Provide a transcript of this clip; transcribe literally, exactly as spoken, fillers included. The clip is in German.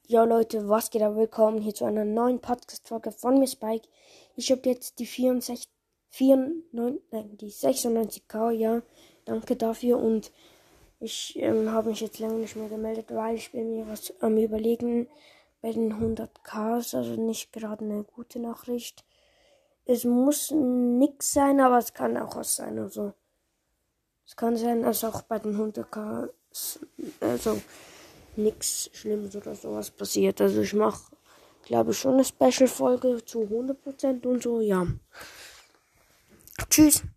Ja Leute, was geht ab? Willkommen hier zu einer neuen Podcast-Folge von mir, Spike. Ich habe jetzt die vierundsechzig, vierundneunzig, nein, die sechsundneunzig.000, ja, danke dafür. Und ich ähm, habe mich jetzt lange nicht mehr gemeldet, weil ich bin mir was am überlegen bei den hundert.000, also nicht gerade eine gute Nachricht. Es muss nix sein, aber es kann auch was sein, also es kann sein, dass auch bei den hunderttausend, also nichts Schlimmes oder sowas passiert. Also ich mache, glaube ich, schon eine Special-Folge zu hundert Prozent und so, ja. Tschüss.